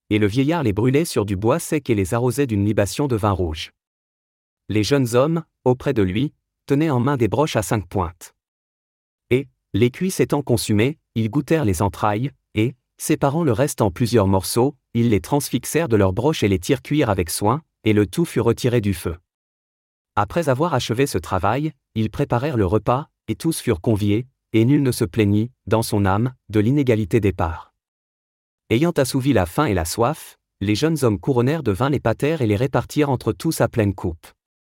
Et le vieillard les brûlait sur du bois sec et les arrosait d'une libation de vin rouge. Les jeunes hommes, auprès de lui, tenaient en main des broches à 5 pointes. Et, les cuisses étant consumées, ils goûtèrent les entrailles, et, séparant le reste en plusieurs morceaux, ils les transfixèrent de leurs broches et les tirent cuire avec soin, et le tout fut retiré du feu. Après avoir achevé ce travail, ils préparèrent le repas, et tous furent conviés, et nul ne se plaignit, dans son âme, de l'inégalité des parts. Ayant assouvi la faim et la soif, les jeunes hommes couronnèrent de vin les patères et les répartirent entre tous à pleine coupe.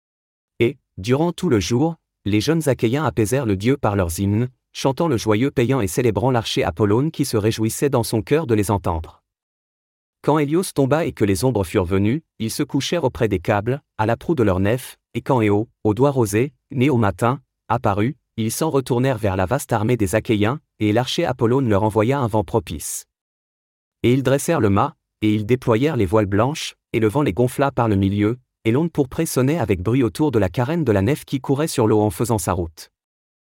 Et, durant tout le jour, les jeunes Achéens apaisèrent le Dieu par leurs hymnes, chantant le joyeux païen et célébrant l'archer Apollone qui se réjouissait dans son cœur de les entendre. Quand Hélios tomba et que les ombres furent venues, ils se couchèrent auprès des câbles, à la proue de leur nef, et quand Éo, au doigt rosé, né au matin, apparut, ils s'en retournèrent vers la vaste armée des Achéens, et l'archer Apollone leur envoya un vent propice. Et ils dressèrent le mât, et ils déployèrent les voiles blanches, et le vent les gonfla par le milieu, et l'onde pourprée sonnait avec bruit autour de la carène de la nef qui courait sur l'eau en faisant sa route.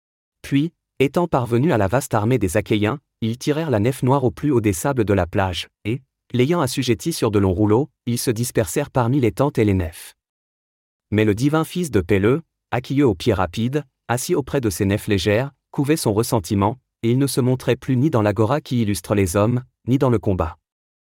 Puis, étant parvenus à la vaste armée des Achéens, ils tirèrent la nef noire au plus haut des sables de la plage, et, l'ayant assujettie sur de longs rouleaux, ils se dispersèrent parmi les tentes et les nefs. Mais le divin fils de Péleu, Aquilleux aux pieds rapides, assis auprès de ces nefs légères, couvait son ressentiment, et il ne se montrait plus ni dans l'agora qui illustre les hommes, ni dans le combat.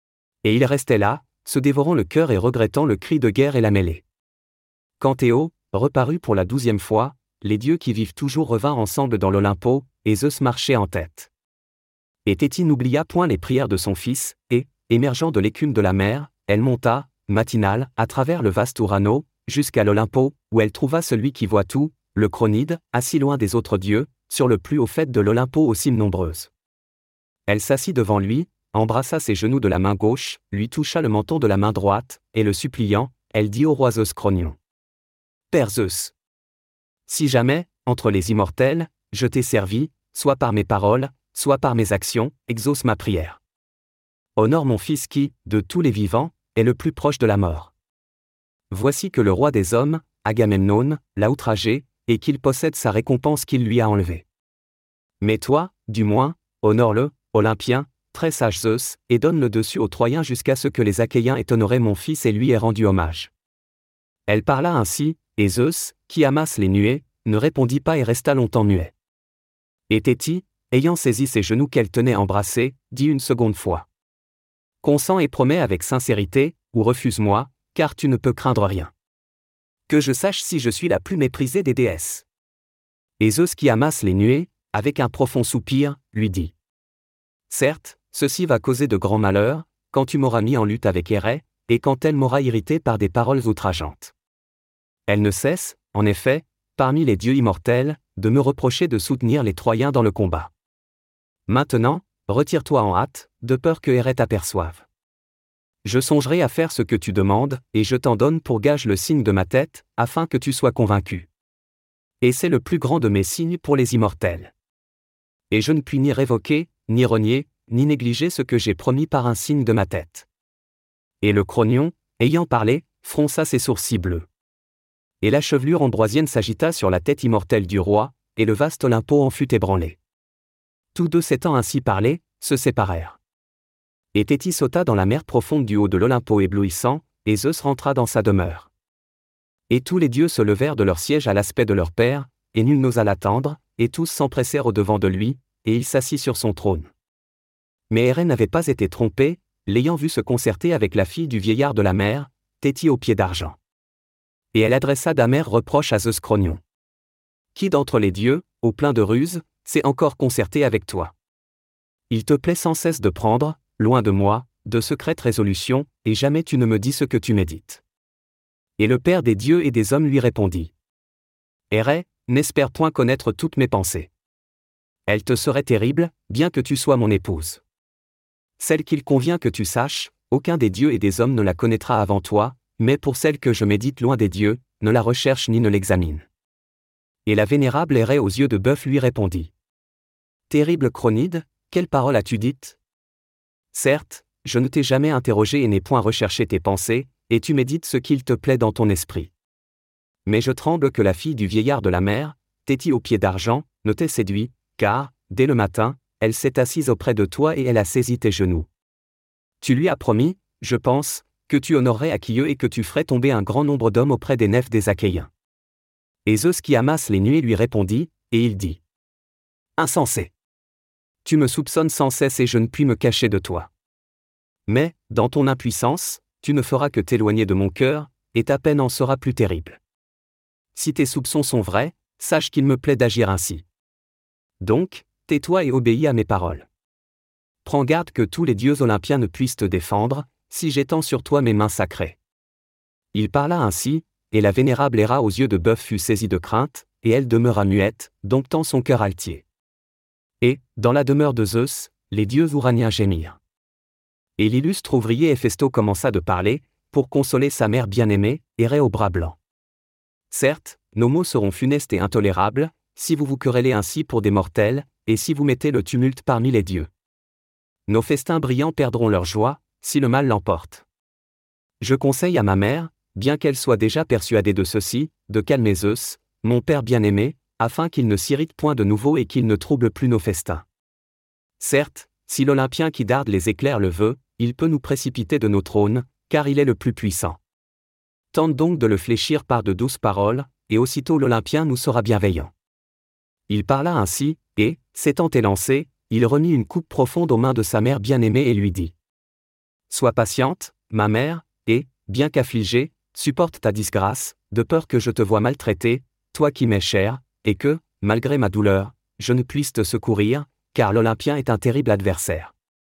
Et il restait là, se dévorant le cœur et regrettant le cri de guerre et la mêlée. Quand Théo, reparut pour la 12e fois, les dieux qui vivent toujours revinrent ensemble dans l'Olympo, et Zeus marchait en tête. Et Théti n'oublia point les prières de son fils, et, émergeant de l'écume de la mer, elle monta, matinale, à travers le vaste Urano, jusqu'à l'Olympo, où elle trouva celui qui voit tout, le Cronide, assis loin des autres dieux, sur le plus haut faîte de l'Olympo aux cimes nombreuses. Elle s'assit devant lui, embrassa ses genoux de la main gauche, lui toucha le menton de la main droite, et le suppliant, elle dit au roi Zeus Cronion. Père Zeus, si jamais, entre les immortels, je t'ai servi, soit par mes paroles, soit par mes actions, exauce ma prière. Honore mon fils qui, de tous les vivants, est le plus proche de la mort. Voici que le roi des hommes, Agamemnon, l'a outragé, et qu'il possède sa récompense qu'il lui a enlevée. Mais toi, du moins, honore-le, Olympien, très sage Zeus, et donne le dessus aux Troyens jusqu'à ce que les Achéens aient honoré mon fils et lui aient rendu hommage. Elle parla ainsi, et Zeus, qui amasse les nuées, ne répondit pas et resta longtemps muet. Et Théti, ayant saisi ses genoux qu'elle tenait embrassés, dit une seconde fois. Consens et promets avec sincérité, ou refuse-moi, car tu ne peux craindre rien. Que je sache si je suis la plus méprisée des déesses. Et Zeus qui amasse les nuées, avec un profond soupir, lui dit. Certes, ceci va causer de grands malheurs, quand tu m'auras mis en lutte avec Hérée, et quand elle m'aura irrité par des paroles outrageantes. Elle ne cesse, en effet, parmi les dieux immortels, de me reprocher de soutenir les Troyens dans le combat. Maintenant, retire-toi en hâte, de peur que Hérée t'aperçoive. Je songerai à faire ce que tu demandes, et je t'en donne pour gage le signe de ma tête, afin que tu sois convaincu. Et c'est le plus grand de mes signes pour les immortels. Et je ne puis ni révoquer, ni renier, ni négliger ce que j'ai promis par un signe de ma tête. Et le Cronion, ayant parlé, fronça ses sourcils bleus. Et la chevelure ambroisienne s'agita sur la tête immortelle du roi, et le vaste Olympo en fut ébranlé. Tous deux s'étant ainsi parlé, se séparèrent. Et Théti sauta dans la mer profonde du haut de l'Olympo éblouissant, et Zeus rentra dans sa demeure. Et tous les dieux se levèrent de leur siège à l'aspect de leur père, et nul n'osa l'attendre, et tous s'empressèrent au-devant de lui, et il s'assit sur son trône. Mais Hérée n'avait pas été trompée, l'ayant vu se concerter avec la fille du vieillard de la mer, Théti aux pieds d'argent. Et elle adressa d'amers reproches à Zeus Cronion. Qui d'entre les dieux, au plein de ruse, s'est encore concerté avec toi? Il te plaît sans cesse de prendre, loin de moi, de secrètes résolutions, et jamais tu ne me dis ce que tu médites. Et le Père des dieux et des hommes lui répondit. Hérée, n'espère point connaître toutes mes pensées. Elle te serait terrible, bien que tu sois mon épouse. Celle qu'il convient que tu saches, aucun des dieux et des hommes ne la connaîtra avant toi, mais pour celle que je médite loin des dieux, ne la recherche ni ne l'examine. Et la vénérable Hérée aux yeux de bœuf lui répondit. Terrible Cronide, quelle parole as-tu dite? Certes, je ne t'ai jamais interrogé et n'ai point recherché tes pensées, et tu médites ce qu'il te plaît dans ton esprit. Mais je tremble que la fille du vieillard de la mer, Théti aux pieds d'argent, ne t'ait séduit, car, dès le matin, elle s'est assise auprès de toi et elle a saisi tes genoux. Tu lui as promis, je pense, que tu honorerais Achieux et que tu ferais tomber un grand nombre d'hommes auprès des nefs des Achéens. Et Zeus qui amasse les nuées lui répondit, et il dit: Insensé! Tu me soupçonnes sans cesse et je ne puis me cacher de toi. Mais, dans ton impuissance, tu ne feras que t'éloigner de mon cœur, et ta peine en sera plus terrible. Si tes soupçons sont vrais, sache qu'il me plaît d'agir ainsi. Donc, tais-toi et obéis à mes paroles. Prends garde que tous les dieux olympiens ne puissent te défendre, si j'étends sur toi mes mains sacrées. Il parla ainsi, et la vénérable Héra aux yeux de bœuf fut saisie de crainte, et elle demeura muette, domptant son cœur altier. Et, dans la demeure de Zeus, les dieux ouraniens gémirent. Et l'illustre ouvrier Héphaïstos commença de parler, pour consoler sa mère bien-aimée, Hérée aux bras blancs. Certes, nos mots seront funestes et intolérables, si vous vous querellez ainsi pour des mortels, et si vous mettez le tumulte parmi les dieux. Nos festins brillants perdront leur joie, si le mal l'emporte. Je conseille à ma mère, bien qu'elle soit déjà persuadée de ceci, de calmer Zeus, mon père bien-aimé, afin qu'il ne s'irrite point de nouveau et qu'il ne trouble plus nos festins. Certes, si l'Olympien qui darde les éclairs le veut, il peut nous précipiter de nos trônes, car il est le plus puissant. Tente donc de le fléchir par de douces paroles, et aussitôt l'Olympien nous sera bienveillant. Il parla ainsi, et, s'étant élancé, il remit une coupe profonde aux mains de sa mère bien-aimée et lui dit: Sois patiente, ma mère, et, bien qu'affligée, supporte ta disgrâce, de peur que je te voie maltraitée, toi qui m'es chère, et que, malgré ma douleur, je ne puisse te secourir, car l'Olympien est un terrible adversaire.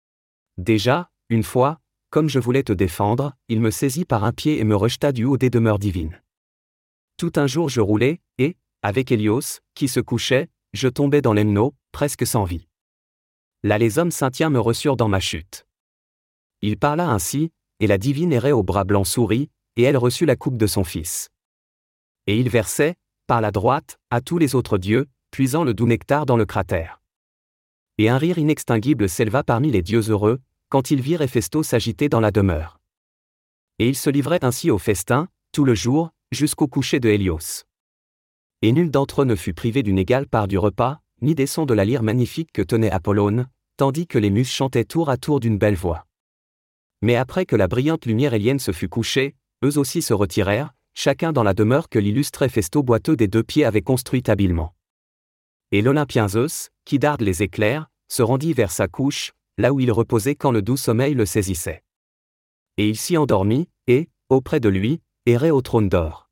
Déjà, une fois, comme je voulais te défendre, il me saisit par un pied et me rejeta du haut des demeures divines. Tout un jour je roulais, et, avec Hélios, qui se couchait, je tombais dans l'Emno, presque sans vie. Là les hommes saintiens me reçurent dans ma chute. Il parla ainsi, et la divine Hérée aux bras blancs sourit, et elle reçut la coupe de son fils. Et il versait, par la droite, à tous les autres dieux, puisant le doux nectar dans le cratère. Et un rire inextinguible s'éleva parmi les dieux heureux, quand ils virent Héphaïstos s'agiter dans la demeure. Et ils se livraient ainsi au festin, tout le jour, jusqu'au coucher de Hélios. Et nul d'entre eux ne fut privé d'une égale part du repas, ni des sons de la lyre magnifique que tenait Apollone, tandis que les muses chantaient tour à tour d'une belle voix. Mais après que la brillante lumière hélienne se fut couchée, eux aussi se retirèrent, chacun dans la demeure que l'illustre Héphaïstos boiteux des 2 pieds avait construite habilement. Et l'Olympien Zeus, qui darde les éclairs, se rendit vers sa couche, là où il reposait quand le doux sommeil le saisissait. Et il s'y endormit, et, auprès de lui, errait au trône d'or.